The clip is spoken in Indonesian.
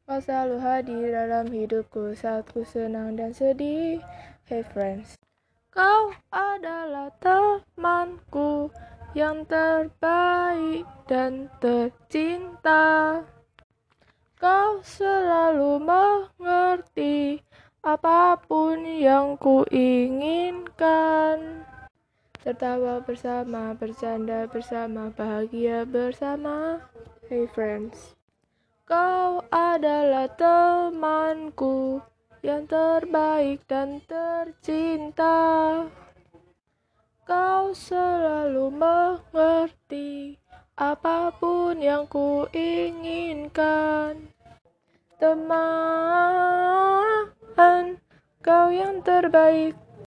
Kau selalu hadir dalam hidupku saat ku senang dan sedih. Hey friends, kau adalah temanku yang terbaik dan tercinta. Kau selalu mengerti apapun yang ku inginkan. Tertawa bersama, bercanda bersama, bahagia bersama. Hey friends, kau adalah temanku yang terbaik dan tercinta. Kau selalu mengerti apapun yang ku inginkan. Teman, kau yang terbaik